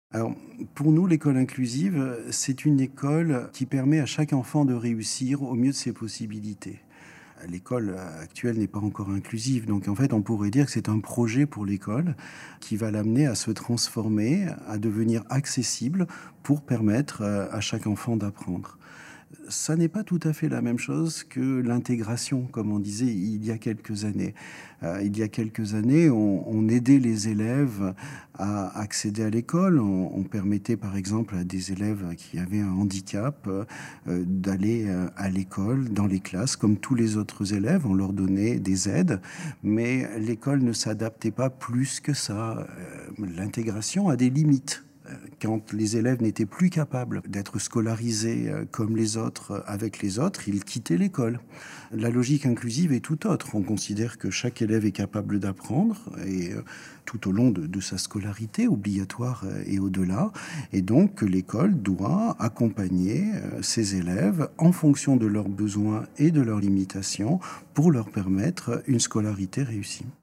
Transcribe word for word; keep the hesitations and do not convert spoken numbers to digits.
Alors, pour nous, l'école inclusive, c'est une école qui permet à chaque enfant de réussir au mieux de ses possibilités. L'école actuelle n'est pas encore inclusive, donc en fait, on pourrait dire que c'est un projet pour l'école qui va l'amener à se transformer, à devenir accessible pour permettre euh, à chaque enfant d'apprendre. Ça n'est pas tout à fait la même chose que l'intégration, comme on disait il y a quelques années. Heu, il y a quelques années, on on aidait les élèves à accéder à l'école. On on permettait, par exemple, à des élèves qui avaient un handicap, heu heu, d'aller, heu, à l'école, dans les classes, comme tous les autres élèves. On leur donnait des aides, mais l'école ne s'adaptait pas plus que ça. Heu, l'intégration a des limites. Heu, quand les élèves n'étaient plus capables d'être scolarisés, heu, comme les autres, heu, avec les autres, ils quittaient l'école. La logique inclusive est tout autre. On considère que chaque élève est capable d'apprendre et heu, tout au long de de sa scolarité obligatoire, heu, et au-delà, et donc que l'école doit accompagner, heu, ses élèves en fonction de leurs besoins et de leurs limitations pour leur permettre une scolarité réussie.